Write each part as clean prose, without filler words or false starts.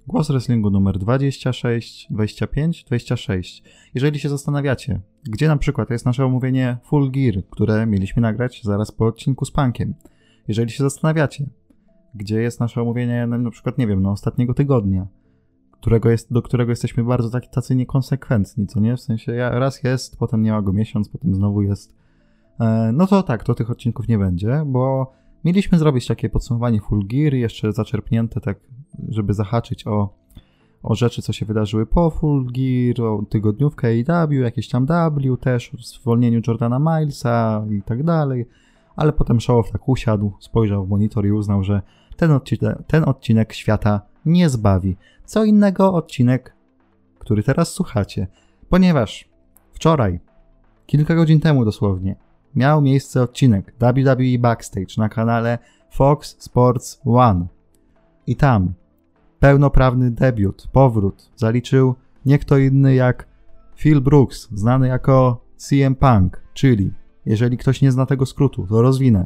Głos Wrestlingu numer 26, 25, 26. Jeżeli się zastanawiacie, gdzie na przykład jest nasze omówienie Full Gear, które mieliśmy nagrać zaraz po odcinku z Punkiem. Jeżeli się zastanawiacie, gdzie jest nasze omówienie na przykład, nie wiem, ostatniego tygodnia, do którego jesteśmy bardzo tacy niekonsekwentni, co nie? W sensie raz jest, potem nie ma go miesiąc, potem znowu jest. No to tak, to tych odcinków nie będzie, bo mieliśmy zrobić takie podsumowanie Full Gear, jeszcze zaczerpnięte tak, żeby zahaczyć o rzeczy, co się wydarzyły po Full Gear, o tygodniówkę AEW, jakieś tam W też, o zwolnieniu Jordana Milesa i tak dalej, ale potem Show tak usiadł, spojrzał w monitor i uznał, że ten odcinek świata nie zbawi. Co innego odcinek, który teraz słuchacie, ponieważ wczoraj, kilka godzin temu dosłownie, miał miejsce odcinek WWE Backstage na kanale Fox Sports 1 i tam pełnoprawny debiut, powrót zaliczył nie kto inny jak Phil Brooks, znany jako CM Punk, czyli, jeżeli ktoś nie zna tego skrótu, to rozwinę.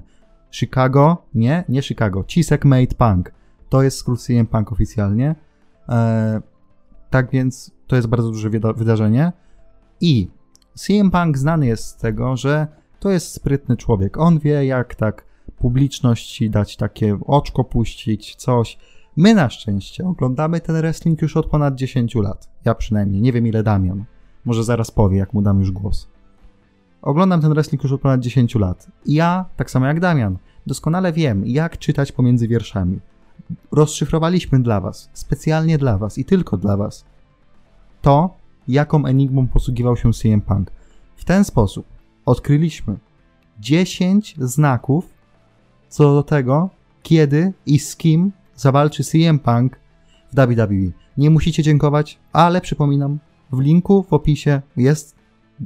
Nie Chicago, Cisek Made Punk. To jest skrót CM Punk oficjalnie. Tak więc to jest bardzo duże wydarzenie. I CM Punk znany jest z tego, że to jest sprytny człowiek. On wie, jak tak publiczności dać takie oczko puścić, coś. My na szczęście oglądamy ten wrestling już od ponad 10 lat. Ja przynajmniej. Nie wiem ile Damian. Może zaraz powie, jak mu dam już głos. Oglądam ten wrestling już od ponad 10 lat. I ja, tak samo jak Damian, doskonale wiem, jak czytać pomiędzy wierszami. Rozszyfrowaliśmy dla was, specjalnie dla was i tylko dla was, to, jaką enigmą posługiwał się CM Punk. W ten sposób odkryliśmy 10 znaków co do tego, kiedy i z kim zawalczy CM Punk w WWE. Nie musicie dziękować, ale przypominam, w linku w opisie jest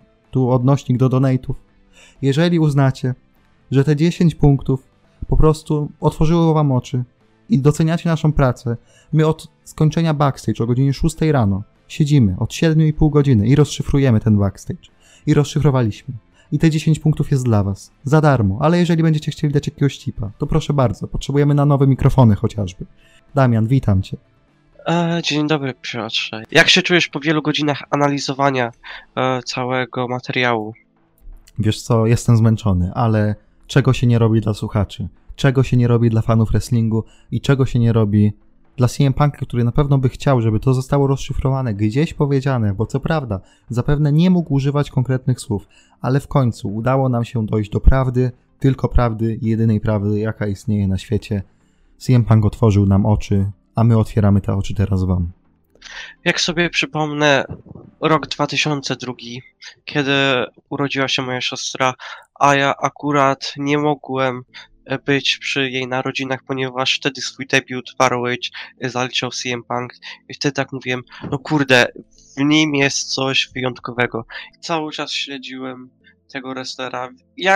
tu odnośnik do donate'ów. Jeżeli uznacie, że te 10 punktów po prostu otworzyły wam oczy i doceniacie naszą pracę, my od skończenia backstage o godzinie 6 rano siedzimy od 7,5 godziny i rozszyfrujemy ten backstage. I rozszyfrowaliśmy. I te 10 punktów jest dla was. Za darmo. Ale jeżeli będziecie chcieli dać jakiegoś tipa, to proszę bardzo. Potrzebujemy na nowe mikrofony chociażby. Damian, witam cię. Dzień dobry, Piotrze. Jak się czujesz po wielu godzinach analizowania całego materiału? Wiesz co, jestem zmęczony, ale czego się nie robi dla słuchaczy? Czego się nie robi dla fanów wrestlingu? I czego się nie robi dla CM Punka, który na pewno by chciał, żeby to zostało rozszyfrowane, gdzieś powiedziane, bo co prawda, zapewne nie mógł używać konkretnych słów, ale w końcu udało nam się dojść do prawdy, tylko prawdy, jedynej prawdy, jaka istnieje na świecie. CM Punk otworzył nam oczy, a my otwieramy te oczy teraz wam. Jak sobie przypomnę, rok 2002, kiedy urodziła się moja siostra, a ja akurat nie mogłem być przy jej narodzinach, ponieważ wtedy swój debiut w ROH zaliczał CM Punk i wtedy tak mówiłem, no kurde, w nim jest coś wyjątkowego. I cały czas śledziłem tego wrestlera,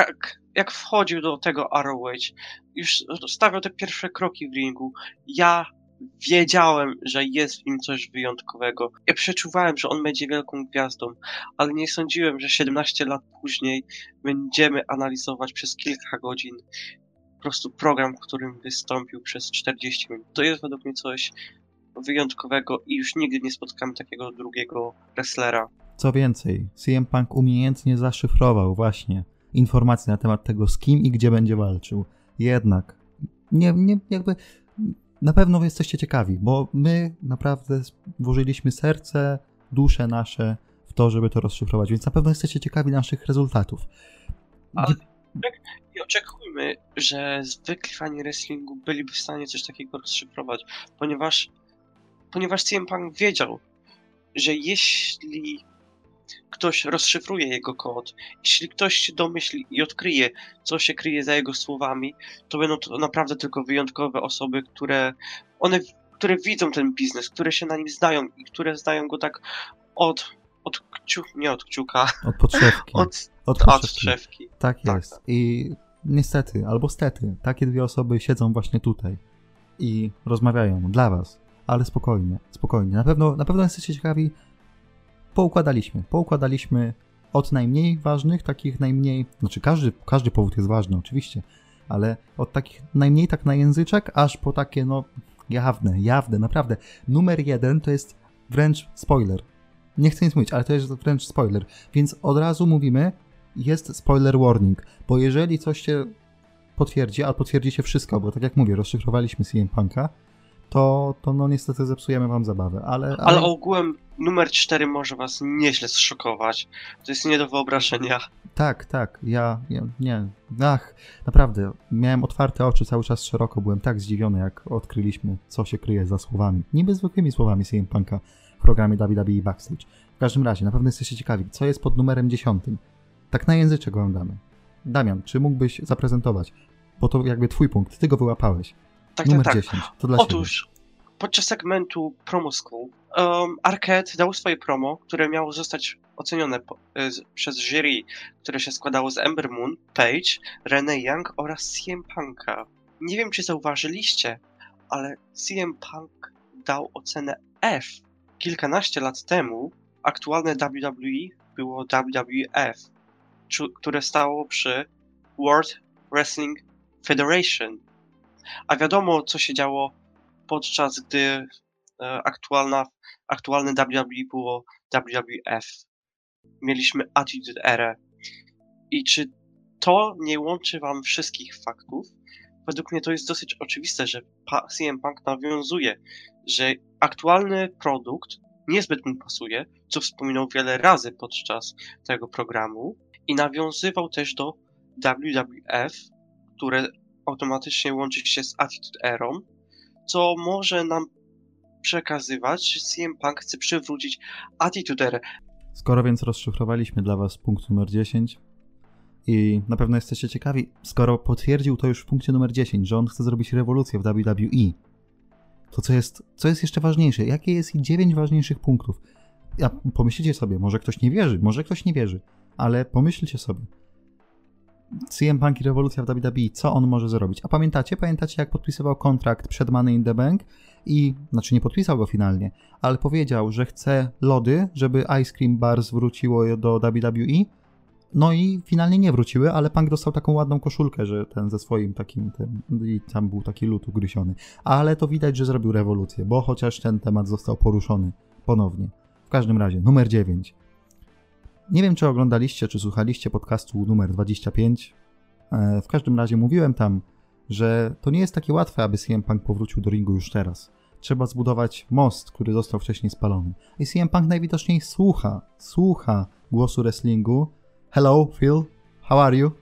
jak wchodził do tego ROH, już stawiał te pierwsze kroki w ringu, ja wiedziałem, że jest w nim coś wyjątkowego. Ja przeczuwałem, że on będzie wielką gwiazdą, ale nie sądziłem, że 17 lat później będziemy analizować przez kilka godzin po prostu program, w którym wystąpił przez 40 minut. To jest według mnie coś wyjątkowego i już nigdy nie spotkamy takiego drugiego wrestlera. Co więcej, CM Punk umiejętnie zaszyfrował właśnie informacje na temat tego, z kim i gdzie będzie walczył. Jednak, jakby na pewno jesteście ciekawi, bo my naprawdę włożyliśmy serce, dusze nasze w to, żeby to rozszyfrować, więc na pewno jesteście ciekawi naszych rezultatów. Ale nie oczekujmy, że zwykli fani wrestlingu byliby w stanie coś takiego rozszyfrować, ponieważ CM Punk wiedział, że jeśli ktoś rozszyfruje jego kod, jeśli ktoś się domyśli i odkryje, co się kryje za jego słowami, to będą to naprawdę tylko wyjątkowe osoby, które widzą ten biznes, które się na nim znają i które znają go tak nie od kciuka. Od podszewki. Od podszewki. Tak jest. Tak. I niestety, albo stety, takie dwie osoby siedzą właśnie tutaj i rozmawiają dla was. Ale spokojnie. Na pewno jesteście ciekawi. Poukładaliśmy od najmniej ważnych, takich najmniej, znaczy każdy powód jest ważny oczywiście, ale od takich najmniej tak na języczek, aż po takie Jawne, naprawdę. Numer 1 to jest wręcz spoiler. Nie chcę nic mówić, ale to jest wręcz spoiler. Więc od razu mówimy, jest spoiler warning, bo jeżeli coś się potwierdzi, a potwierdzi się wszystko, bo tak jak mówię, rozszyfrowaliśmy CM Punka, to no niestety zepsujemy wam zabawę, Ale ogółem numer 4 może was nieźle zszokować. To jest nie do wyobrażenia. Tak, nie. Naprawdę, miałem otwarte oczy cały czas szeroko, byłem tak zdziwiony, jak odkryliśmy, co się kryje za słowami. Niby zwykłymi słowami CM Punka w programie WWE Backstage. W każdym razie, na pewno jesteście ciekawi, co jest pod numerem 10. Tak na języczek go damy. Damian, czy mógłbyś zaprezentować? Bo to jakby twój punkt, ty go wyłapałeś. Numer 10, to dla Otóż, podczas segmentu Promo School, Arquette dał swoje promo, które miało zostać ocenione przez jury, które się składało z Ember Moon, Paige, Renee Young oraz CM Punka. Nie wiem, czy zauważyliście, ale CM Punk dał ocenę F. Kilkanaście lat temu aktualne WWE było WWF, które stało przy World Wrestling Federation. A wiadomo, co się działo podczas gdy aktualne WWE było WWF. Mieliśmy Attitude Era. I czy to nie łączy wam wszystkich faktów? Według mnie to jest dosyć oczywiste, że CM Punk nawiązuje, że aktualny produkt niezbyt mu pasuje, co wspominał wiele razy podczas tego programu, i nawiązywał też do WWF, które automatycznie łączy się z Attitude Erą, co może nam przekazywać, że CM Punk chce przywrócić Attitude Erę. Skoro więc rozszyfrowaliśmy dla was punkt numer 10 i na pewno jesteście ciekawi, skoro potwierdził to już w punkcie numer 10, że on chce zrobić rewolucję w WWE, to co jest jeszcze ważniejsze? Jakie jest 9 ważniejszych punktów? Pomyślcie sobie, może ktoś nie wierzy, ale pomyślcie sobie. CM Punk i rewolucja w WWE, co on może zrobić? A pamiętacie jak podpisywał kontrakt przed Money in the Bank i, znaczy nie podpisał go finalnie, ale powiedział, że chce lody, żeby Ice Cream Bars wróciło do WWE, no i finalnie nie wróciły, ale Punk dostał taką ładną koszulkę, że ten ze swoim takim, i tam był taki lód ugryziony. Ale to widać, że zrobił rewolucję, bo chociaż ten temat został poruszony ponownie. W każdym razie, numer 9. Nie wiem, czy oglądaliście, czy słuchaliście podcastu numer 25. W każdym razie mówiłem tam, że to nie jest takie łatwe, aby CM Punk powrócił do ringu już teraz. Trzeba zbudować most, który został wcześniej spalony. I CM Punk najwidoczniej słucha głosu wrestlingu. Hello, Phil, how are you?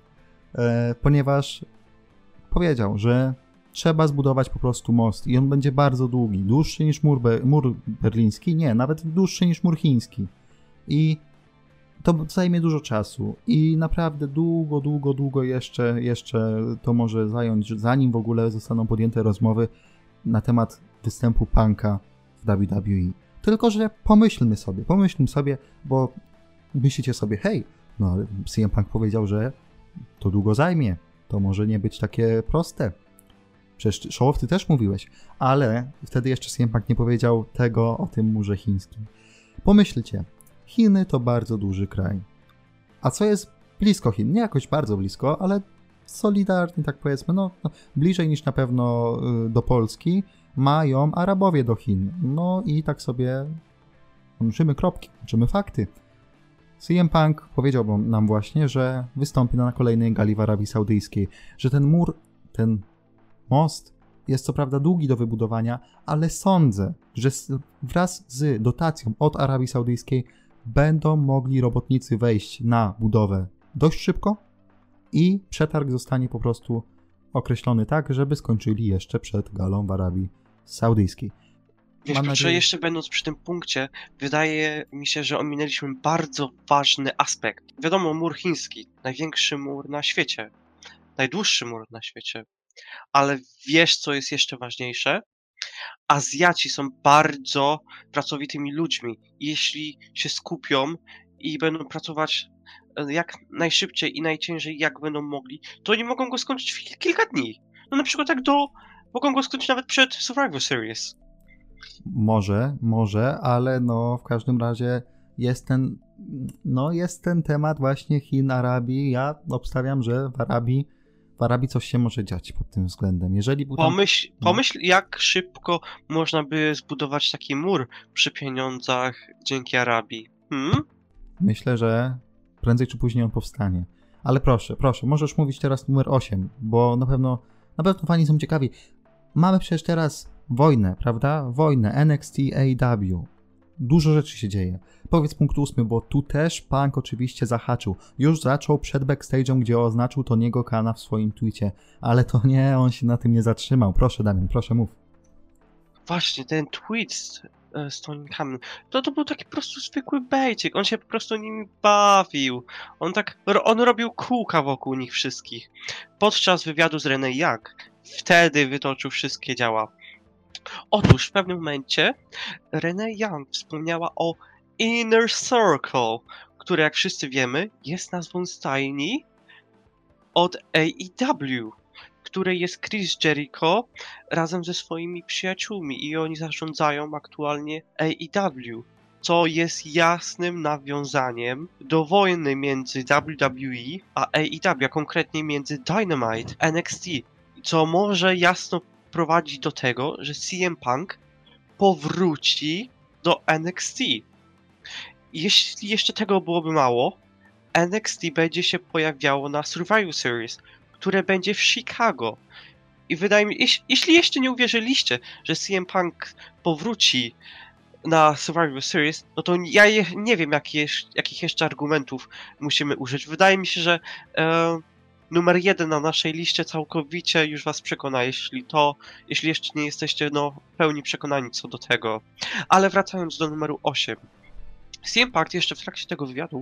Ponieważ powiedział, że trzeba zbudować po prostu most i on będzie bardzo długi. Dłuższy niż mur berliński? Nie, nawet dłuższy niż mur chiński. I to zajmie dużo czasu i naprawdę długo jeszcze to może zająć, zanim w ogóle zostaną podjęte rozmowy na temat występu Punka w WWE. Tylko że pomyślmy sobie, bo myślicie sobie, hej, no ale CM Punk powiedział, że to długo zajmie, to może nie być takie proste. Przecież Show, ty też mówiłeś, ale wtedy jeszcze CM Punk nie powiedział tego o tym murze chińskim. Pomyślcie, Chiny to bardzo duży kraj. A co jest blisko Chin? Nie jakoś bardzo blisko, ale solidarnie, tak powiedzmy, no bliżej niż na pewno do Polski mają Arabowie do Chin. No i tak sobie łączymy kropki, łączymy fakty. CM Punk powiedział nam właśnie, że wystąpi na kolejnej gali w Arabii Saudyjskiej, że ten mur, ten most jest co prawda długi do wybudowania, ale sądzę, że wraz z dotacją od Arabii Saudyjskiej będą mogli robotnicy wejść na budowę dość szybko i przetarg zostanie po prostu określony tak, żeby skończyli jeszcze przed galą w Arabii Saudyjskiej. Wiesz, jeszcze będąc przy tym punkcie, wydaje mi się, że ominęliśmy bardzo ważny aspekt. Wiadomo, mur chiński, największy mur na świecie, najdłuższy mur na świecie. Ale wiesz, co jest jeszcze ważniejsze? Azjaci są bardzo pracowitymi ludźmi. Jeśli się skupią i będą pracować jak najszybciej i najciężej, jak będą mogli, to oni mogą go skończyć w kilka dni. No na przykład mogą go skończyć nawet przed Survivor Series. Może, ale no w każdym razie jest ten temat właśnie Chin, Arabii. Ja obstawiam, że w Arabii w Arabii coś się może dziać pod tym względem. Jeżeli był tam... Pomyśl, jak szybko można by zbudować taki mur przy pieniądzach dzięki Arabii. Myślę, że prędzej czy później on powstanie. Ale proszę, możesz mówić teraz numer 8, bo na pewno fani są ciekawi. Mamy przecież teraz wojnę, prawda? Wojnę, NXT, AEW. Dużo rzeczy się dzieje. Powiedz punkt 8, bo tu też Punk oczywiście zahaczył. Już zaczął przed backstage'em, gdzie oznaczył Tony'ego Khana w swoim tweetie. Ale to nie, on się na tym nie zatrzymał. Proszę Damian, proszę mów. Właśnie, ten tweet z Tony Khanem, to był taki po prostu zwykły bejcik. On się po prostu nimi bawił. On robił kółka wokół nich wszystkich. Podczas wywiadu z Renee Young wtedy wytoczył wszystkie działa. Otóż w pewnym momencie Renee Young wspomniała o Inner Circle, które jak wszyscy wiemy jest nazwą stajni od AEW, której jest Chris Jericho razem ze swoimi przyjaciółmi i oni zarządzają aktualnie AEW, co jest jasnym nawiązaniem do wojny między WWE a AEW, a konkretnie między Dynamite a NXT, co może jasno prowadzić do tego, że CM Punk powróci do NXT. Jeśli jeszcze tego byłoby mało, NXT będzie się pojawiało na Survivor Series, które będzie w Chicago. I wydaje mi się, jeśli jeszcze nie uwierzyliście, że CM Punk powróci na Survivor Series, no to ja nie wiem, jakich jeszcze argumentów musimy użyć. Wydaje mi się, że numer 1 na naszej liście całkowicie już was przekona, jeśli jeszcze nie jesteście w pełni przekonani co do tego. Ale wracając do numeru 8. CM Punk jeszcze w trakcie tego wywiadu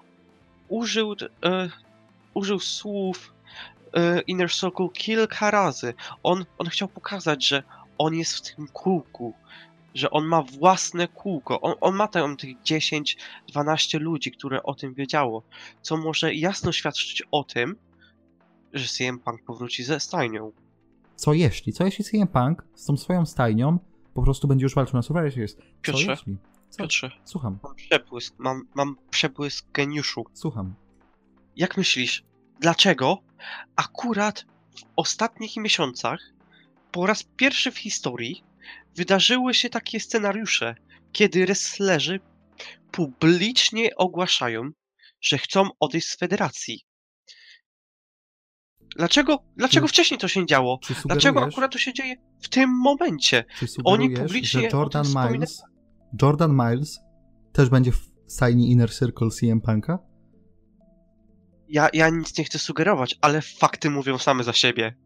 użył słów Inner Circle kilka razy. On chciał pokazać, że on jest w tym kółku, że on ma własne kółko. On ma tam tych 10-12 ludzi, które o tym wiedziało, co może jasno świadczyć o tym, że CM Punk powróci ze stajnią. Co jeśli CM Punk z tą swoją stajnią po prostu będzie już walczył na Survivor Series? Piotrze, Słucham. Mam przebłysk geniuszu. Słucham. Jak myślisz, dlaczego akurat w ostatnich miesiącach po raz pierwszy w historii wydarzyły się takie scenariusze, kiedy wrestlerzy publicznie ogłaszają, że chcą odejść z federacji? Dlaczego wcześniej to się działo? Dlaczego akurat to się dzieje w tym momencie? Oni publicznie że Jordan Miles też będzie w stajni Inner Circle CM Punka? Ja nic nie chcę sugerować, ale fakty mówią same za siebie.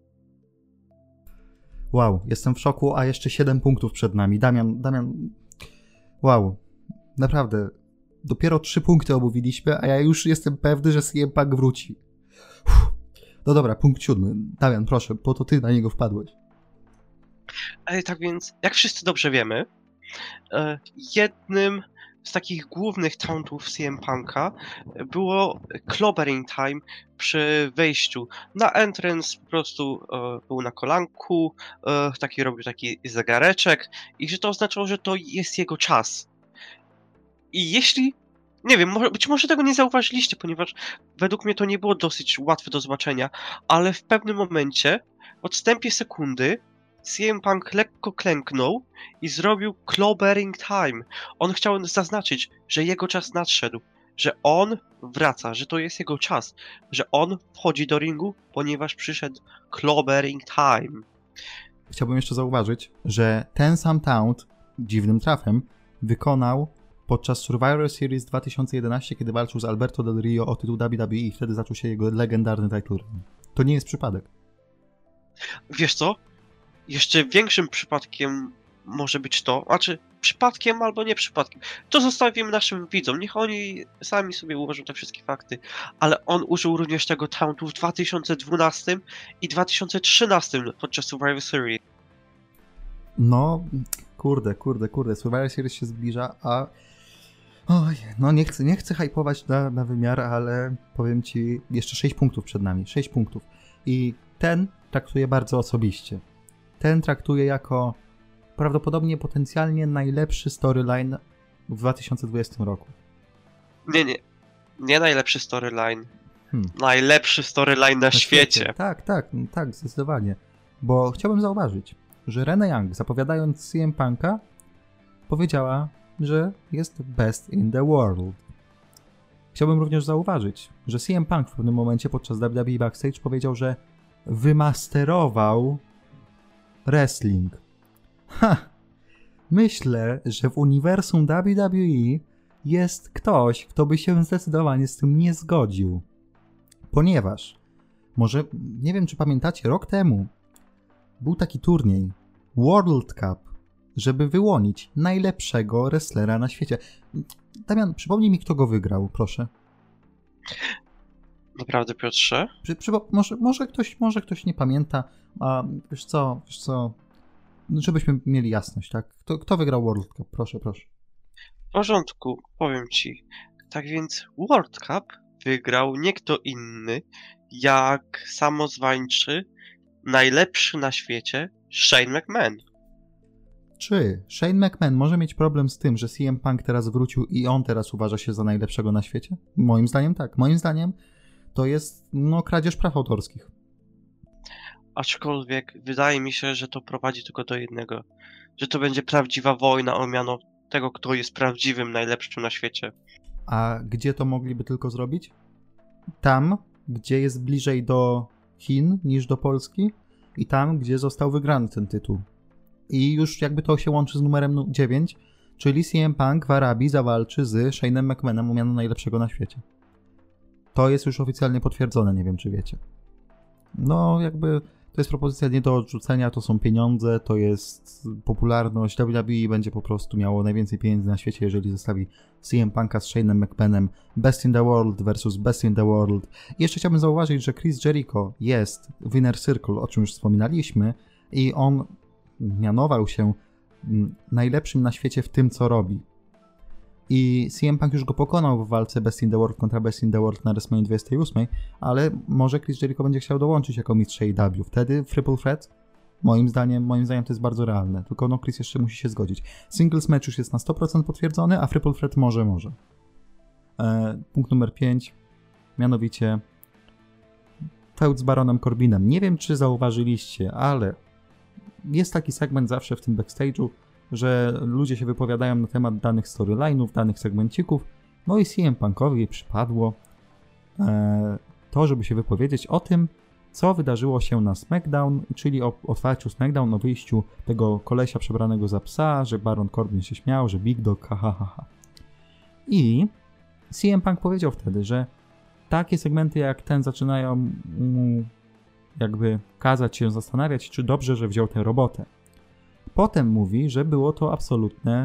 Wow, jestem w szoku, a jeszcze 7 punktów przed nami. Damian, wow, naprawdę, dopiero 3 punkty omówiliśmy, a ja już jestem pewny, że CM Punk wróci. No dobra, punkt 7. Damian, proszę, po to ty na niego wpadłeś. Tak więc, jak wszyscy dobrze wiemy, jednym z takich głównych tauntów CM Punka było clobbering time przy wejściu. Na entrance po prostu był na kolanku, robił taki zegareczek i że to oznaczało, że to jest jego czas. I jeśli, nie wiem, być może tego nie zauważyliście, ponieważ według mnie to nie było dosyć łatwe do zobaczenia, ale w pewnym momencie, w odstępie sekundy, CM Punk lekko klęknął i zrobił clobbering time. On chciał zaznaczyć, że jego czas nadszedł, że on wraca, że to jest jego czas, że on wchodzi do ringu, ponieważ przyszedł clobbering time. Chciałbym jeszcze zauważyć, że ten sam taunt dziwnym trafem wykonał podczas Survivor Series 2011, kiedy walczył z Alberto Del Rio o tytuł WWE i wtedy zaczął się jego legendarny title reign. To nie jest przypadek. Wiesz co? Jeszcze większym przypadkiem może być to, przypadkiem albo nie przypadkiem. To zostawimy naszym widzom, niech oni sami sobie ułożą te wszystkie fakty. Ale on użył również tego tauntu w 2012 i 2013 podczas Survivor Series. No, kurde, Survivor Series się zbliża, a... Oj, no nie chcę hypować na wymiar, ale powiem ci, jeszcze 6 punktów przed nami, 6 punktów. I ten traktuję bardzo osobiście. Ten traktuję jako prawdopodobnie potencjalnie najlepszy storyline w 2020 roku. Nie najlepszy storyline. Najlepszy storyline na świecie. Tak, zdecydowanie. Bo chciałbym zauważyć, że Renee Young, zapowiadając CM Punka, powiedziała, że jest best in the world. Chciałbym również zauważyć, że CM Punk w pewnym momencie podczas WWE Backstage powiedział, że wymasterował wrestling. Myślę, że w uniwersum WWE jest ktoś, kto by się zdecydowanie z tym nie zgodził. Ponieważ, może, nie wiem czy pamiętacie, rok temu był taki turniej World Cup, żeby wyłonić najlepszego wrestlera na świecie. Damian, przypomnij mi, kto go wygrał, proszę. Naprawdę, Piotrze? Może ktoś nie pamięta, a wiesz co, żebyśmy mieli jasność, tak? Kto wygrał World Cup? Proszę. W porządku, powiem ci. Tak więc World Cup wygrał nie kto inny, jak samozwańczy, najlepszy na świecie Shane McMahon. Czy Shane McMahon może mieć problem z tym, że CM Punk teraz wrócił i on teraz uważa się za najlepszego na świecie? Moim zdaniem tak. Moim zdaniem to jest kradzież praw autorskich. Aczkolwiek wydaje mi się, że to prowadzi tylko do jednego. Że to będzie prawdziwa wojna o miano tego, kto jest prawdziwym najlepszym na świecie. A gdzie to mogliby tylko zrobić? Tam, gdzie jest bliżej do Chin niż do Polski i tam, gdzie został wygrany ten tytuł. I już jakby to się łączy z numerem 9, czyli CM Punk w Arabii zawalczy z Shane'em McMahonem o miano najlepszego na świecie. To jest już oficjalnie potwierdzone, nie wiem czy wiecie. Jakby to jest propozycja nie do odrzucenia, to są pieniądze, to jest popularność. WWE będzie po prostu miało najwięcej pieniędzy na świecie, jeżeli zostawi CM Punka z Shane'em McMahonem Best in the World versus Best in the World. I jeszcze chciałbym zauważyć, że Chris Jericho jest w Inner Circle, o czym już wspominaliśmy, i on mianował się najlepszym na świecie w tym, co robi. I CM Punk już go pokonał w walce Best in the World kontra Best in the World na WrestleMania 28, ale może Chris Jericho będzie chciał dołączyć jako mistrz AEW. Wtedy Triple Threat, moim zdaniem to jest bardzo realne. Tylko Chris jeszcze musi się zgodzić. Singles match już jest na 100% potwierdzony, a Triple Threat może. Punkt numer 5, mianowicie feud z Baronem Corbinem. Nie wiem, czy zauważyliście, ale jest taki segment zawsze w tym backstage'u, że ludzie się wypowiadają na temat danych storyline'ów, danych segmencików, i CM Punkowi przypadło to, żeby się wypowiedzieć o tym, co wydarzyło się na SmackDown, czyli o otwarciu SmackDown, o wyjściu tego kolesia przebranego za psa, że Baron Corbin się śmiał, że Big Dog, ha. I CM Punk powiedział wtedy, że takie segmenty jak ten zaczynają mu jakby kazać się zastanawiać, czy dobrze, że wziął tę robotę. Potem mówi, że było to absolutne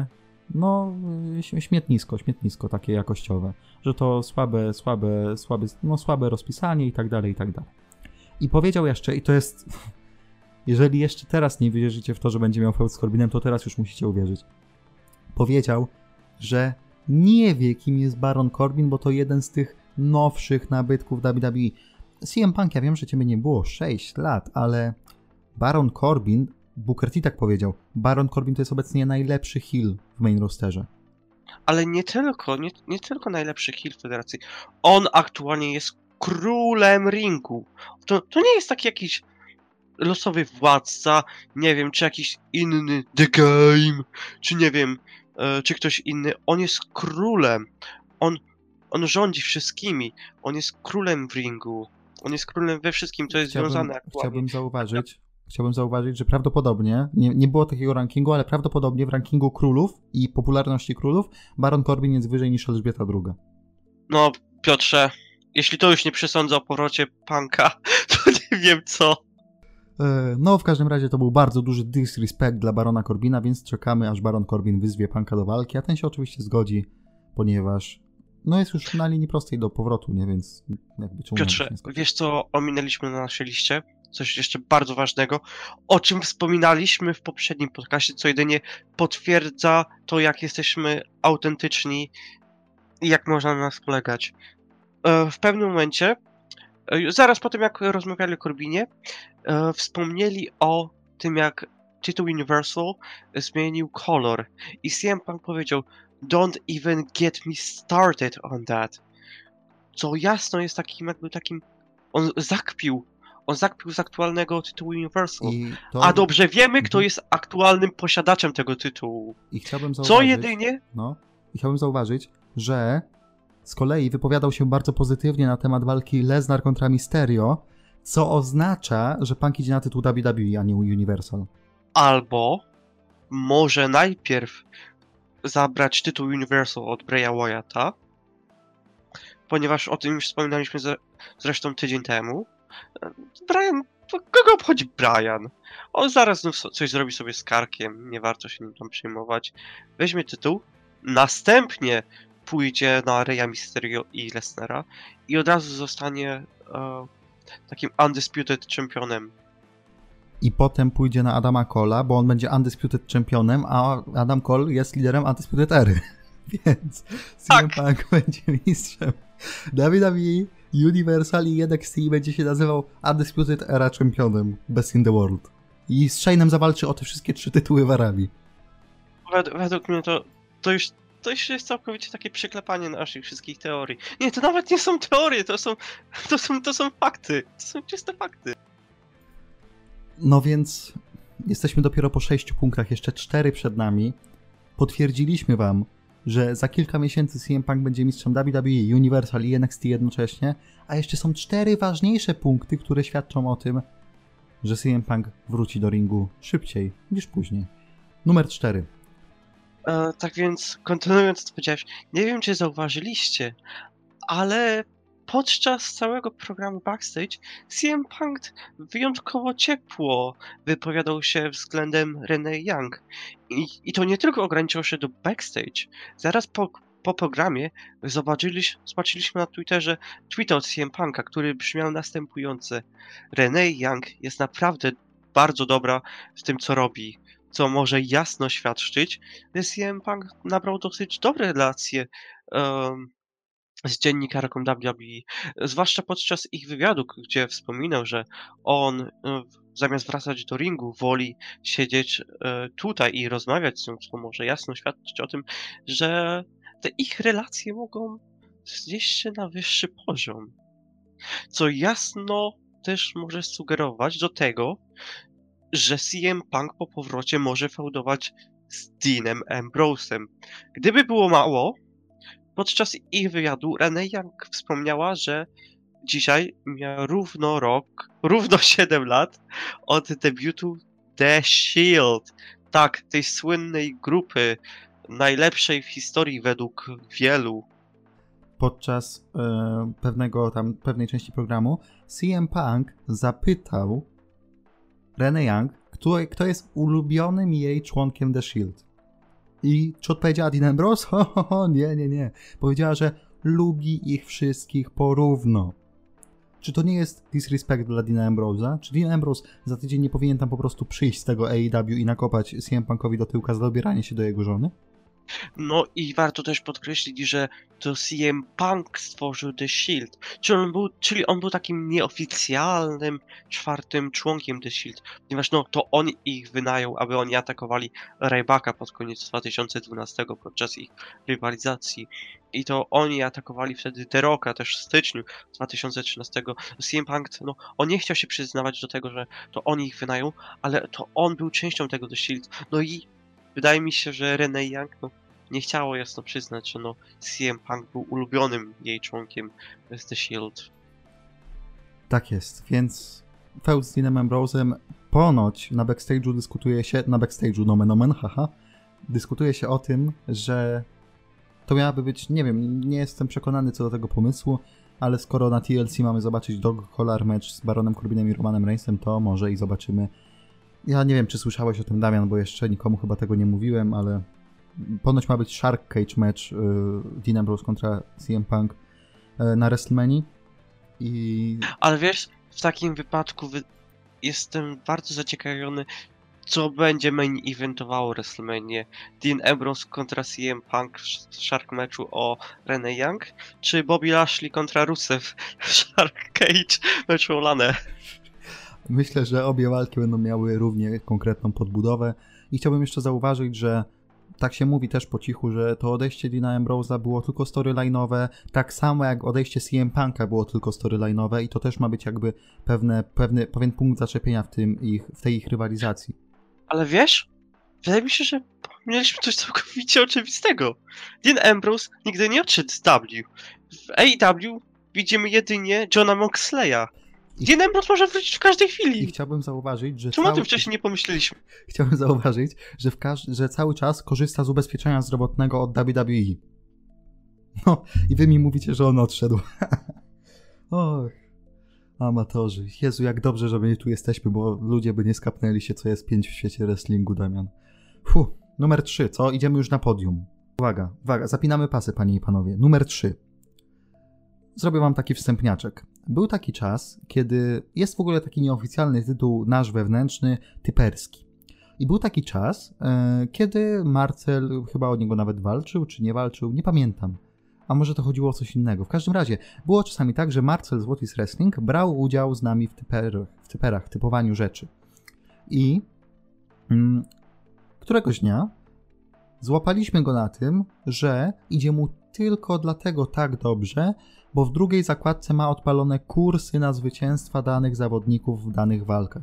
śmietnisko takie jakościowe, że to słabe rozpisanie i tak dalej. I powiedział jeszcze, i to jest, jeżeli jeszcze teraz nie wierzycie w to, że będzie miał feud z Corbinem, to teraz już musicie uwierzyć. Powiedział, że nie wie, kim jest Baron Corbin, bo to jeden z tych nowszych nabytków WWE. CM Punk, ja wiem, że ciebie nie było 6 lat, ale Baron Corbin, Booker T tak powiedział, Baron Corbin to jest obecnie najlepszy heel w main rosterze. Ale nie tylko najlepszy heel w federacji. On aktualnie jest królem ringu. To nie jest taki jakiś losowy władca, nie wiem, czy jakiś inny The Game, czy nie wiem, czy ktoś inny. On jest królem. On rządzi wszystkimi. On jest królem w ringu. On jest królem we wszystkim, co jest związane aktualnie. Chciałbym zauważyć, że prawdopodobnie, nie było takiego rankingu, ale prawdopodobnie w rankingu królów i popularności królów Baron Corbin jest wyżej niż Elżbieta II. No, Piotrze, jeśli to już nie przesądza o powrocie Punka, to nie wiem co. W każdym razie to był bardzo duży disrespect dla Barona Corbina, więc czekamy, aż Baron Corbin wyzwie Punka do walki, a ten się oczywiście zgodzi, ponieważ jest już na linii prostej do powrotu, nie? Więc jakby czemu. Piotrze, wiesz co ominęliśmy na naszej liście? Coś jeszcze bardzo ważnego, o czym wspominaliśmy w poprzednim podcastie, co jedynie potwierdza to, jak jesteśmy autentyczni i jak można na nas polegać. W pewnym momencie, zaraz po tym jak rozmawiali o Corbinie, wspomnieli o tym, jak tytuł Universal zmienił kolor. I CM Punk powiedział: "Don't even get me started on that." co jasno jest takim, on zakpił z aktualnego tytułu Universal. I to... A dobrze wiemy, kto jest aktualnym posiadaczem tego tytułu. I chciałbym Co zauważyć, jedynie? I chciałbym zauważyć, że z kolei wypowiadał się bardzo pozytywnie na temat walki Lesnar kontra Mysterio, co oznacza, że Punk idzie na tytuł WWE, a nie Universal. Albo może najpierw zabrać tytuł Universal od Braya Wyatta, ponieważ o tym już wspominaliśmy zresztą tydzień temu. Brian, to kogo obchodzi Brian? On zaraz znów coś zrobi sobie z karkiem, nie warto się nim tam przejmować. Weźmie tytuł, następnie pójdzie na Raya Mysterio i Lesnara i od razu zostanie takim Undisputed Championem. I potem pójdzie na Adama Cole'a, bo on będzie Undisputed Championem, a Adam Cole jest liderem Undisputed Ery. Więc CM Punk będzie mistrzem WWE, Universal i NXT będzie się nazywał Undisputed Era Championem Best in the World. I z Shane'em zawalczy o te wszystkie 3 tytuły w Arabii. Według mnie to już jest całkowicie takie przyklepanie naszych wszystkich teorii. Nie, to nawet nie są teorie, to są fakty. To są czyste fakty. No więc jesteśmy dopiero po 6 punktach, jeszcze 4 przed nami. Potwierdziliśmy wam, że za kilka miesięcy CM Punk będzie mistrzem WWE, Universal i NXT jednocześnie, a jeszcze są 4 ważniejsze punkty, które świadczą o tym, że CM Punk wróci do ringu szybciej niż później. Numer 4. Tak więc, kontynuując co powiedziałeś, nie wiem czy zauważyliście, ale podczas całego programu Backstage CM Punk wyjątkowo ciepło wypowiadał się względem Renee Young. I to nie tylko ograniczyło się do Backstage. Zaraz po programie zobaczyliśmy na Twitterze tweeta od CM Punka, który brzmiał następująco. Renee Young jest naprawdę bardzo dobra w tym, co robi, co może jasno świadczyć, że CM Punk nabrał dosyć dobre relacje z dziennikarką WWE, zwłaszcza podczas ich wywiadu, gdzie wspominał, że on zamiast wracać do ringu woli siedzieć tutaj i rozmawiać z nią, co może jasno świadczyć o tym, że te ich relacje mogą znieść się na wyższy poziom. Co jasno też może sugerować do tego, że CM Punk po powrocie może feudować z Deanem Ambrose'em. Gdyby było mało, podczas ich wywiadu Renee Young wspomniała, że dzisiaj miała równo 7 lat od debiutu The Shield. Tak, tej słynnej grupy, najlepszej w historii według wielu. Podczas pewnej części programu CM Punk zapytał Renee Young, kto jest ulubionym jej członkiem The Shield. I czy odpowiedziała Dean Ambrose? Nie. Powiedziała, że lubi ich wszystkich porówno. Czy to nie jest disrespect dla Deana Ambrose'a? Czy Dean Ambrose za tydzień nie powinien tam po prostu przyjść z tego AEW i nakopać CM Punkowi do tyłka za dobieranie się do jego żony? No i warto też podkreślić, że to CM Punk stworzył The Shield, czyli on był takim nieoficjalnym 4. członkiem The Shield, ponieważ to on ich wynajął, aby oni atakowali Rybacka pod koniec 2012 podczas ich rywalizacji. I to oni atakowali wtedy The Rocka też w styczniu 2013. CM Punk, on nie chciał się przyznawać do tego, że to oni ich wynają, ale to on był częścią tego The Shield. No i wydaje mi się, że Renee Young nie chciało jasno przyznać, że CM Punk był ulubionym jej członkiem z The Shield. Tak jest, więc feud z Deanem Ambrose'em ponoć na backstage'u nomen omen, dyskutuje się o tym, że to miałaby być, nie wiem, nie jestem przekonany co do tego pomysłu, ale skoro na TLC mamy zobaczyć Dog Collar match z Baronem Corbinem i Romanem Reignsem, to może i zobaczymy. Ja nie wiem, czy słyszałeś o tym, Damian, bo jeszcze nikomu chyba tego nie mówiłem, ale ponoć ma być Shark Cage match Dean Ambrose kontra CM Punk na WrestleManii. Ale wiesz, w takim wypadku jestem bardzo zaciekawiony, co będzie main eventowało WrestleMania. Dean Ambrose kontra CM Punk w Shark matchu o Renee Young, czy Bobby Lashley kontra Rusev w Shark Cage matchu o Lanę? Myślę, że obie walki będą miały równie konkretną podbudowę i chciałbym jeszcze zauważyć, że tak się mówi też po cichu, że to odejście Deana Ambrose'a było tylko storyline'owe, tak samo jak odejście CM Punk'a było tylko storyline'owe i to też ma być jakby pewien punkt zaczepienia w tej ich rywalizacji. Ale wiesz, wydaje mi się, że mieliśmy coś całkowicie oczywistego. Dean Ambrose nigdy nie odszedł z W. W AEW widzimy jedynie Johna Moxleya. Dean Ambrose może wrócić w każdej chwili. I chciałbym zauważyć, że Czemu o tym wcześniej nie pomyśleliśmy? Chciałbym zauważyć, że cały czas korzysta z ubezpieczenia zdrowotnego od WWE. No, i wy mi mówicie, że on odszedł. Och, amatorzy. Jezu, jak dobrze, że my tu jesteśmy, bo ludzie by nie skapnęli się, co jest 5 w świecie wrestlingu, Damian. Numer 3, co? Idziemy już na podium. Uwaga, zapinamy pasy, panie i panowie. Numer 3. Zrobię wam taki wstępniaczek. Był taki czas, kiedy jest w ogóle taki nieoficjalny tytuł nasz wewnętrzny, typerski. I był taki czas, kiedy Marcel chyba o niego nawet walczył, czy nie walczył, nie pamiętam. A może to chodziło o coś innego. W każdym razie, było czasami tak, że Marcel z What is Wrestling brał udział z nami w typowaniu rzeczy. I któregoś dnia złapaliśmy go na tym, że idzie mu tylko dlatego tak dobrze, bo w drugiej zakładce ma odpalone kursy na zwycięstwa danych zawodników w danych walkach.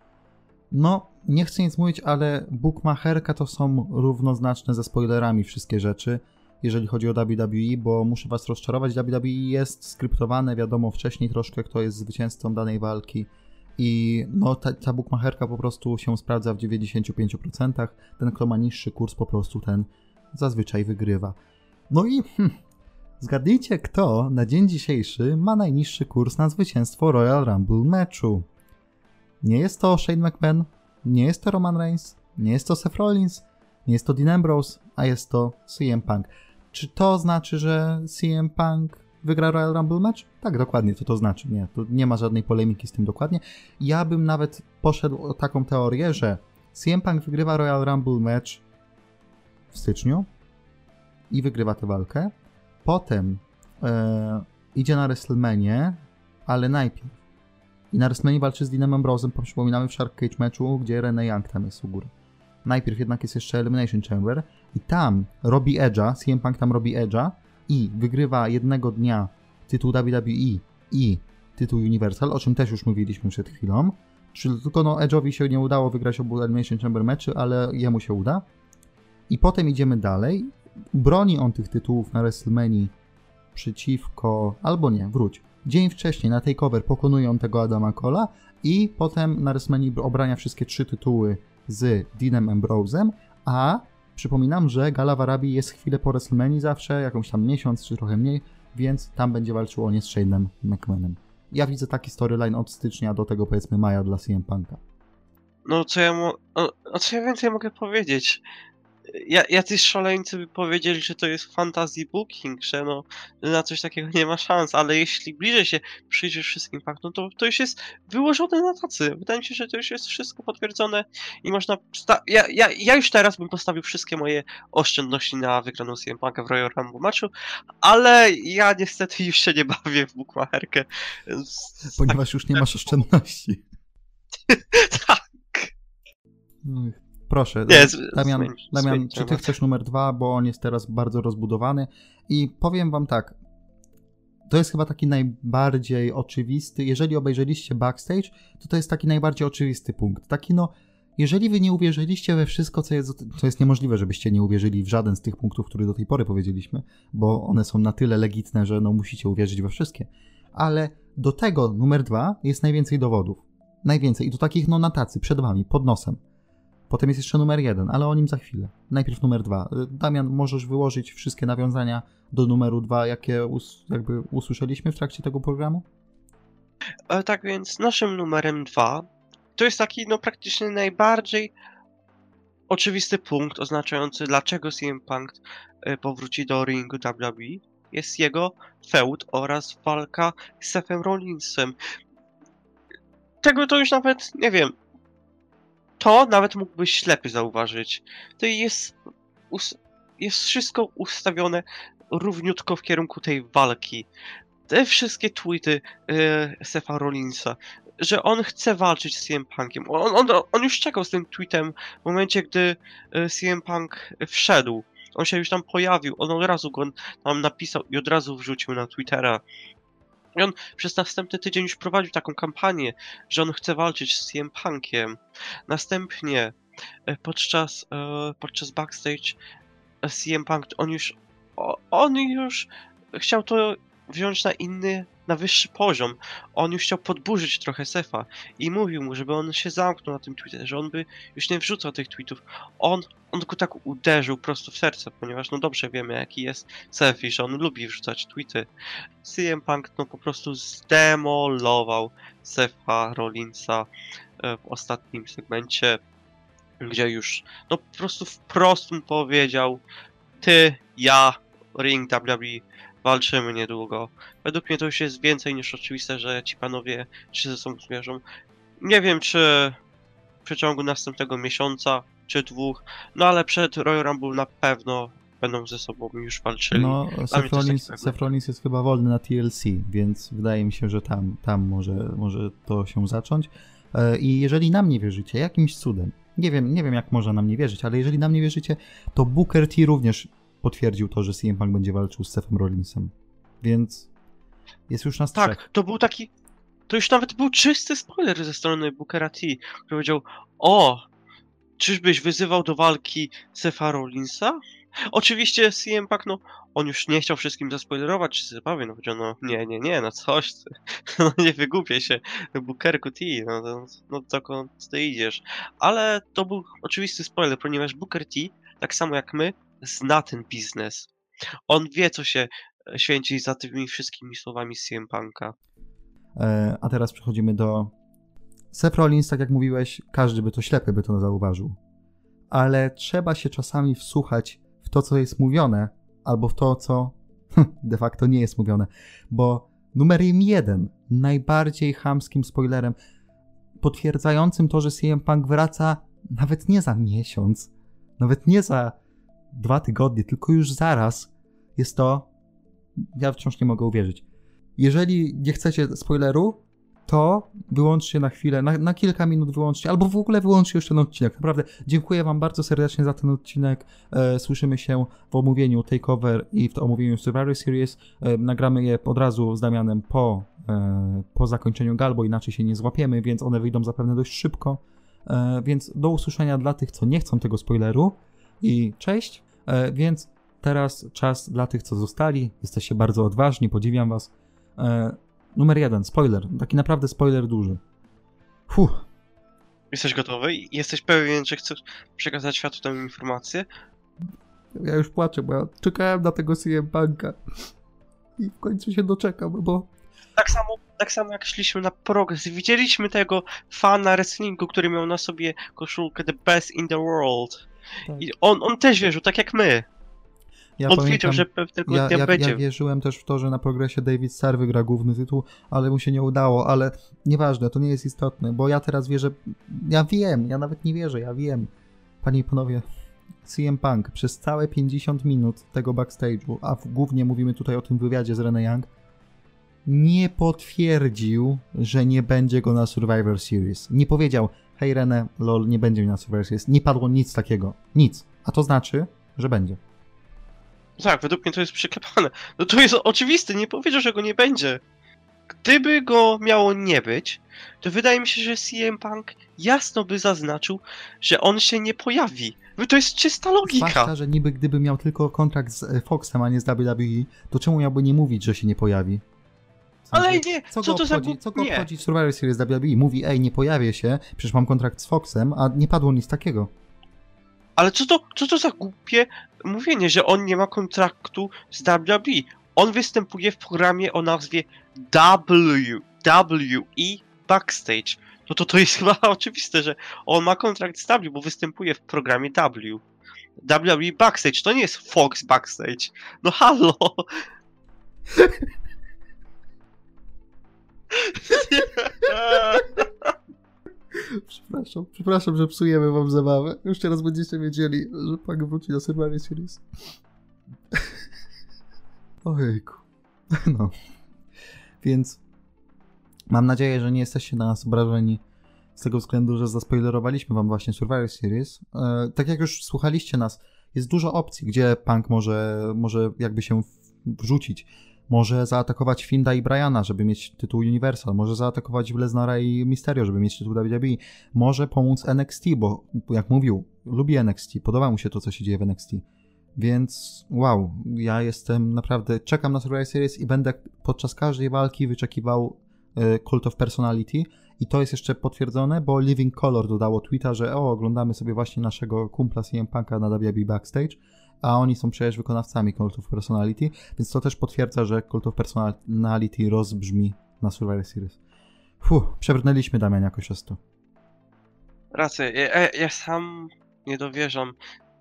No, nie chcę nic mówić, ale bookmacherka to są równoznaczne ze spoilerami wszystkie rzeczy, jeżeli chodzi o WWE, bo muszę was rozczarować, WWE jest skryptowane, wiadomo wcześniej troszkę, kto jest zwycięzcą danej walki i no ta bookmacherka po prostu się sprawdza w 95%, ten kto ma niższy kurs po prostu ten zazwyczaj wygrywa. No i zgadnijcie, kto na dzień dzisiejszy ma najniższy kurs na zwycięstwo Royal Rumble meczu. Nie jest to Shane McMahon, nie jest to Roman Reigns, nie jest to Seth Rollins, nie jest to Dean Ambrose, a jest to CM Punk. Czy to znaczy, że CM Punk wygra Royal Rumble mecz? Tak, dokładnie, to znaczy. Nie, to nie ma żadnej polemiki z tym dokładnie. Ja bym nawet poszedł o taką teorię, że CM Punk wygrywa Royal Rumble mecz w styczniu i wygrywa tę walkę. Potem idzie na WrestleManię, ale najpierw. I na WrestleManii walczy z Deanem Ambrose'em, przypominamy w Shark Cage meczu, gdzie Renee Young tam jest u góry. Najpierw jednak jest jeszcze Elimination Chamber i tam robi Edge'a, CM Punk tam robi Edge'a i wygrywa jednego dnia tytuł WWE i tytuł Universal, o czym też już mówiliśmy przed chwilą. Czyli tylko Edge'owi się nie udało wygrać obu Elimination Chamber meczy, ale jemu się uda. I potem idziemy dalej. Broni on tych tytułów na WrestleManii przeciwko... Albo nie, wróć. Dzień wcześniej na TakeOver pokonuje on tego Adama Cole'a i potem na WrestleManii obrania wszystkie 3 tytuły z Deanem Ambrose'em, a przypominam, że gala w Arabii jest chwilę po WrestleManii zawsze, jakąś tam miesiąc czy trochę mniej, więc tam będzie walczył on z Shane'em McMahonem. Ja widzę taki storyline od stycznia do tego powiedzmy maja dla CM Punk'a. No co ja więcej mogę powiedzieć? Jacyś szaleńcy by powiedzieli, że to jest fantasy booking, że no na coś takiego nie ma szans, ale jeśli bliżej się przyjrzysz wszystkim faktom, to już jest wyłożone na tacy. Wydaje mi się, że to już jest wszystko potwierdzone i można... Ja już teraz bym postawił wszystkie moje oszczędności na wygraną CM Punk'a w Royal Rumble matchu, ale ja niestety już się nie bawię w bookmacherkę. Ponieważ już nie masz oszczędności. Tak. Proszę, Damian, czy ty chcesz numer 2, bo on jest teraz bardzo rozbudowany i powiem wam tak, to jest chyba taki najbardziej oczywisty, jeżeli obejrzeliście Backstage, to jest taki najbardziej oczywisty punkt, taki jeżeli wy nie uwierzyliście we wszystko, co jest niemożliwe, żebyście nie uwierzyli w żaden z tych punktów, które do tej pory powiedzieliśmy, bo one są na tyle legitne, że musicie uwierzyć we wszystkie, ale do tego numer 2 jest najwięcej dowodów, najwięcej i to takich na tacy, przed wami, pod nosem. Potem jest jeszcze numer 1, ale o nim za chwilę. Najpierw numer 2. Damian, możesz wyłożyć wszystkie nawiązania do numeru 2, jakie jakby usłyszeliśmy w trakcie tego programu? Tak więc naszym numerem 2 to jest taki praktycznie najbardziej oczywisty punkt oznaczający, dlaczego CM Punk powróci do ringu WWE. Jest jego feud oraz walka z Sethem Rollinsem. Tego to już nawet nie wiem. To nawet mógłbyś ślepy zauważyć. To jest wszystko ustawione równiutko w kierunku tej walki. Te wszystkie tweety Setha Rollinsa, że on chce walczyć z CM Punkiem. On już czekał z tym tweetem w momencie, gdy CM Punk wszedł. On się już tam pojawił, on od razu go tam napisał i od razu wrzucił na Twittera. I on przez następny tydzień już prowadził taką kampanię, że on chce walczyć z CM Punkiem. Następnie podczas backstage CM Punk, on już chciał to wziąć na wyższy poziom. On już chciał podburzyć trochę Sefa i mówił mu, żeby on się zamknął na tym Twitterze, że on by już nie wrzucał tych tweetów. On go tak uderzył prosto w serce, ponieważ no dobrze wiemy, jaki jest Sef i że on lubi wrzucać tweety. CM Punk no po prostu zdemolował Sefa Rollinsa w ostatnim segmencie, gdzie już no po prostu wprost mu powiedział: ty, ja, Ring WWE, walczymy niedługo. Według mnie to już jest więcej niż oczywiste, że ci panowie się ze sobą zmierzą. Nie wiem, czy w przeciągu następnego miesiąca, czy 2, no ale przed Royal Rumble na pewno będą ze sobą już walczyli. No, Seth Rollins jest chyba wolny na TLC, więc wydaje mi się, że tam może to się zacząć. I jeżeli nam nie wierzycie, jakimś cudem, nie wiem jak można nam nie wierzyć, ale jeżeli nam nie wierzycie, to Booker T również potwierdził to, że CM Punk będzie walczył z Sethem Rollinsem. Więc jest już nas trzech. Tak, to już nawet był czysty spoiler ze strony Bookera T, który powiedział: czyżbyś wyzywał do walki Setha Rollinsa? Oczywiście CM Punk, no, on już nie chciał wszystkim zaspoilerować, czy zabawię, no powiedział: no nie, no coś ty, no nie wygłupię się, Bookerku T, no dokąd ty idziesz. Ale to był oczywisty spoiler, ponieważ Booker T, tak samo jak my, zna ten biznes. On wie, co się święci za tymi wszystkimi słowami z CM Punka. A teraz przechodzimy do Seth Rollins, tak jak mówiłeś, każdy by to ślepy by to zauważył. Ale trzeba się czasami wsłuchać w to, co jest mówione, albo w to, co de facto nie jest mówione. Bo numer 1, najbardziej chamskim spoilerem, potwierdzającym to, że CM Punk wraca nawet nie za miesiąc, nawet nie za 2 tygodnie, tylko już zaraz, jest to, ja wciąż nie mogę uwierzyć. Jeżeli nie chcecie spoileru, to wyłączcie na chwilę, na kilka minut wyłączcie, albo w ogóle wyłączcie już ten odcinek. Naprawdę dziękuję wam bardzo serdecznie za ten odcinek. Słyszymy się w omówieniu Takeover i w omówieniu Survivor Series. Nagramy je od razu z Damianem po zakończeniu gal, bo inaczej się nie złapiemy, więc one wyjdą zapewne dość szybko. Więc do usłyszenia dla tych, co nie chcą tego spoileru i cześć. Więc teraz czas dla tych, co zostali. Jesteście bardzo odważni, podziwiam was. Numer 1, spoiler. Taki naprawdę spoiler duży. Jesteś gotowy? Jesteś pewien, że chcesz przekazać światu tę informację? Ja już płaczę, bo ja czekałem na tego CM Punka. I w końcu się doczekam, bo... Tak samo jak szliśmy na progres, widzieliśmy tego fana wrestlingu, który miał na sobie koszulkę The Best in the World. Tak. I on też wierzył, tak jak my. On wiedział, że pewnego dnia będzie. Ja wierzyłem też w to, że na progresie David Starr wygra główny tytuł, ale mu się nie udało, ale nieważne, to nie jest istotne, bo ja teraz wierzę, ja nawet nie wierzę, ja wiem. Panie i panowie, CM Punk przez całe 50 minut tego backstage'u, a głównie mówimy tutaj o tym wywiadzie z Renee Young, nie potwierdził, że nie będzie go na Survivor Series. Nie powiedział: hej Renee, lol, nie będzie mnie na Survivor Series. Nie padło nic takiego. Nic. A to znaczy, że będzie. Tak, według mnie to jest przyklepane. No to jest oczywiste, nie powiedział, że go nie będzie. Gdyby go miało nie być, to wydaje mi się, że CM Punk jasno by zaznaczył, że on się nie pojawi. To jest czysta logika. Zwłaszcza, że niby gdyby miał tylko kontrakt z Foxem, a nie z WWE, to czemu miałby nie mówić, że się nie pojawi? Ale nie, co to obchodzi, co go obchodzi w Survivor Series WWE? Mówi: ej, nie pojawię się, przecież mam kontrakt z Foxem, a nie padło nic takiego. Ale co to za głupie mówienie, że on nie ma kontraktu z WWE? On występuje w programie o nazwie WWE Backstage. To jest chyba oczywiste, że on ma kontrakt z W, bo występuje w programie W. WWE Backstage, to nie jest Fox Backstage. No halo! Przepraszam, że psujemy wam zabawę. Już teraz będziecie wiedzieli, że Punk wróci do Survivor Series. Ojejku. No. Więc Mam nadzieję, że nie jesteście na nas obrażeni z tego względu, że zaspoilerowaliśmy wam właśnie Survivor Series. Tak jak już słuchaliście nas, jest dużo opcji, gdzie Punk może jakby się wrzucić. Może zaatakować Finda i Briana, żeby mieć tytuł Universal. Może zaatakować Lesnara i Mysterio, żeby mieć tytuł WWE. Może pomóc NXT, bo jak mówił, lubi NXT, podoba mu się to, co się dzieje w NXT. Więc wow, ja jestem naprawdę, czekam na Survivor Series i będę podczas każdej walki wyczekiwał Cult of Personality. I to jest jeszcze potwierdzone, bo Living Color dodało tweeta, że oglądamy sobie właśnie naszego kumpla CM Punka na WWE Backstage, a oni są przecież wykonawcami Cult of Personality, więc to też potwierdza, że Cult of Personality rozbrzmi na Survivor Series. Przebrnęliśmy, Damian, jakoś przez to. Rację, ja sam nie dowierzam.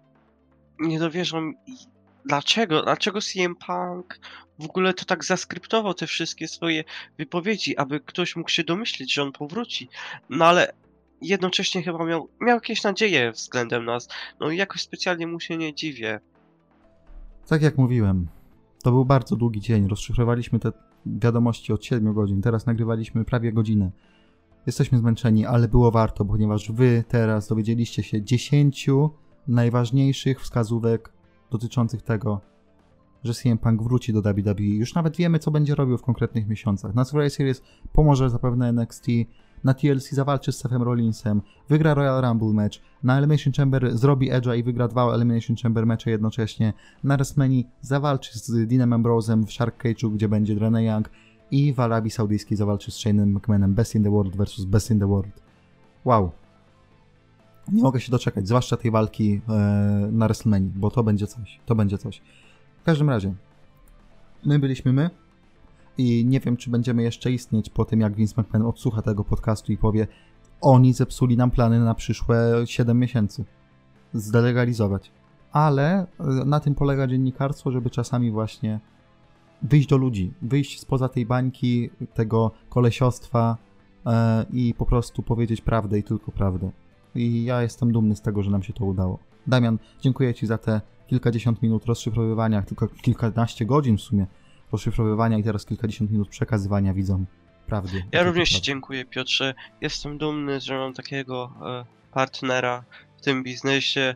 Dlaczego CM Punk w ogóle to tak zaskryptował te wszystkie swoje wypowiedzi, aby ktoś mógł się domyślić, że on powróci. No ale jednocześnie chyba miał jakieś nadzieje względem nas. No i jakoś specjalnie mu się nie dziwię. Tak jak mówiłem, to był bardzo długi dzień. Rozszyfrowaliśmy te wiadomości od 7 godzin. Teraz nagrywaliśmy prawie godzinę. Jesteśmy zmęczeni, ale było warto, ponieważ wy teraz dowiedzieliście się 10 najważniejszych wskazówek dotyczących tego, że CM Punk wróci do WWE. Już nawet wiemy, co będzie robił w konkretnych miesiącach. Na Survivor Series pomoże zapewne NXT, na TLC zawalczy z Sethem Rollinsem, wygra Royal Rumble match, na Elimination Chamber zrobi Edge'a i wygra 2 Elimination Chamber mecze jednocześnie, na WrestleMania zawalczy z Deanem Ambrose'em w Shark Cage'u, gdzie będzie Renee Young i w Arabii Saudyjskiej zawalczy z Shane'em McMahonem, Best in the World versus Best in the World. Wow. Nie mogę się doczekać, zwłaszcza tej walki na WrestleMania, bo to będzie coś. To będzie coś. W każdym razie, my byliśmy my i nie wiem, czy będziemy jeszcze istnieć po tym, jak Vince McMahon odsłucha tego podcastu i powie: oni zepsuli nam plany na przyszłe 7 miesięcy. Zdelegalizować. Ale na tym polega dziennikarstwo, żeby czasami właśnie wyjść do ludzi, wyjść spoza tej bańki, tego kolesiostwa i po prostu powiedzieć prawdę i tylko prawdę. I ja jestem dumny z tego, że nam się to udało. Damian, dziękuję Ci za te kilkadziesiąt minut rozszyfrowywania, tylko kilkanaście godzin w sumie rozszyfrowywania i teraz kilkadziesiąt minut przekazywania widzom prawdy. Ja również Ci dziękuję, Piotrze. Jestem dumny, że mam takiego partnera w tym biznesie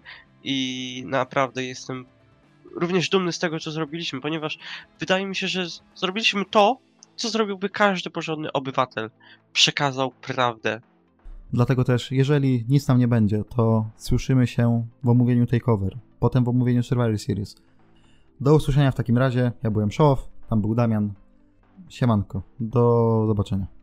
i naprawdę jestem również dumny z tego, co zrobiliśmy, ponieważ wydaje mi się, że zrobiliśmy to, co zrobiłby każdy porządny obywatel. Przekazał prawdę. Dlatego też, jeżeli nic nam nie będzie, to słyszymy się w omówieniu Takeover, potem w omówieniu Survivor Series. Do usłyszenia w takim razie. Ja byłem Show, tam był Damian. Siemanko. Do zobaczenia.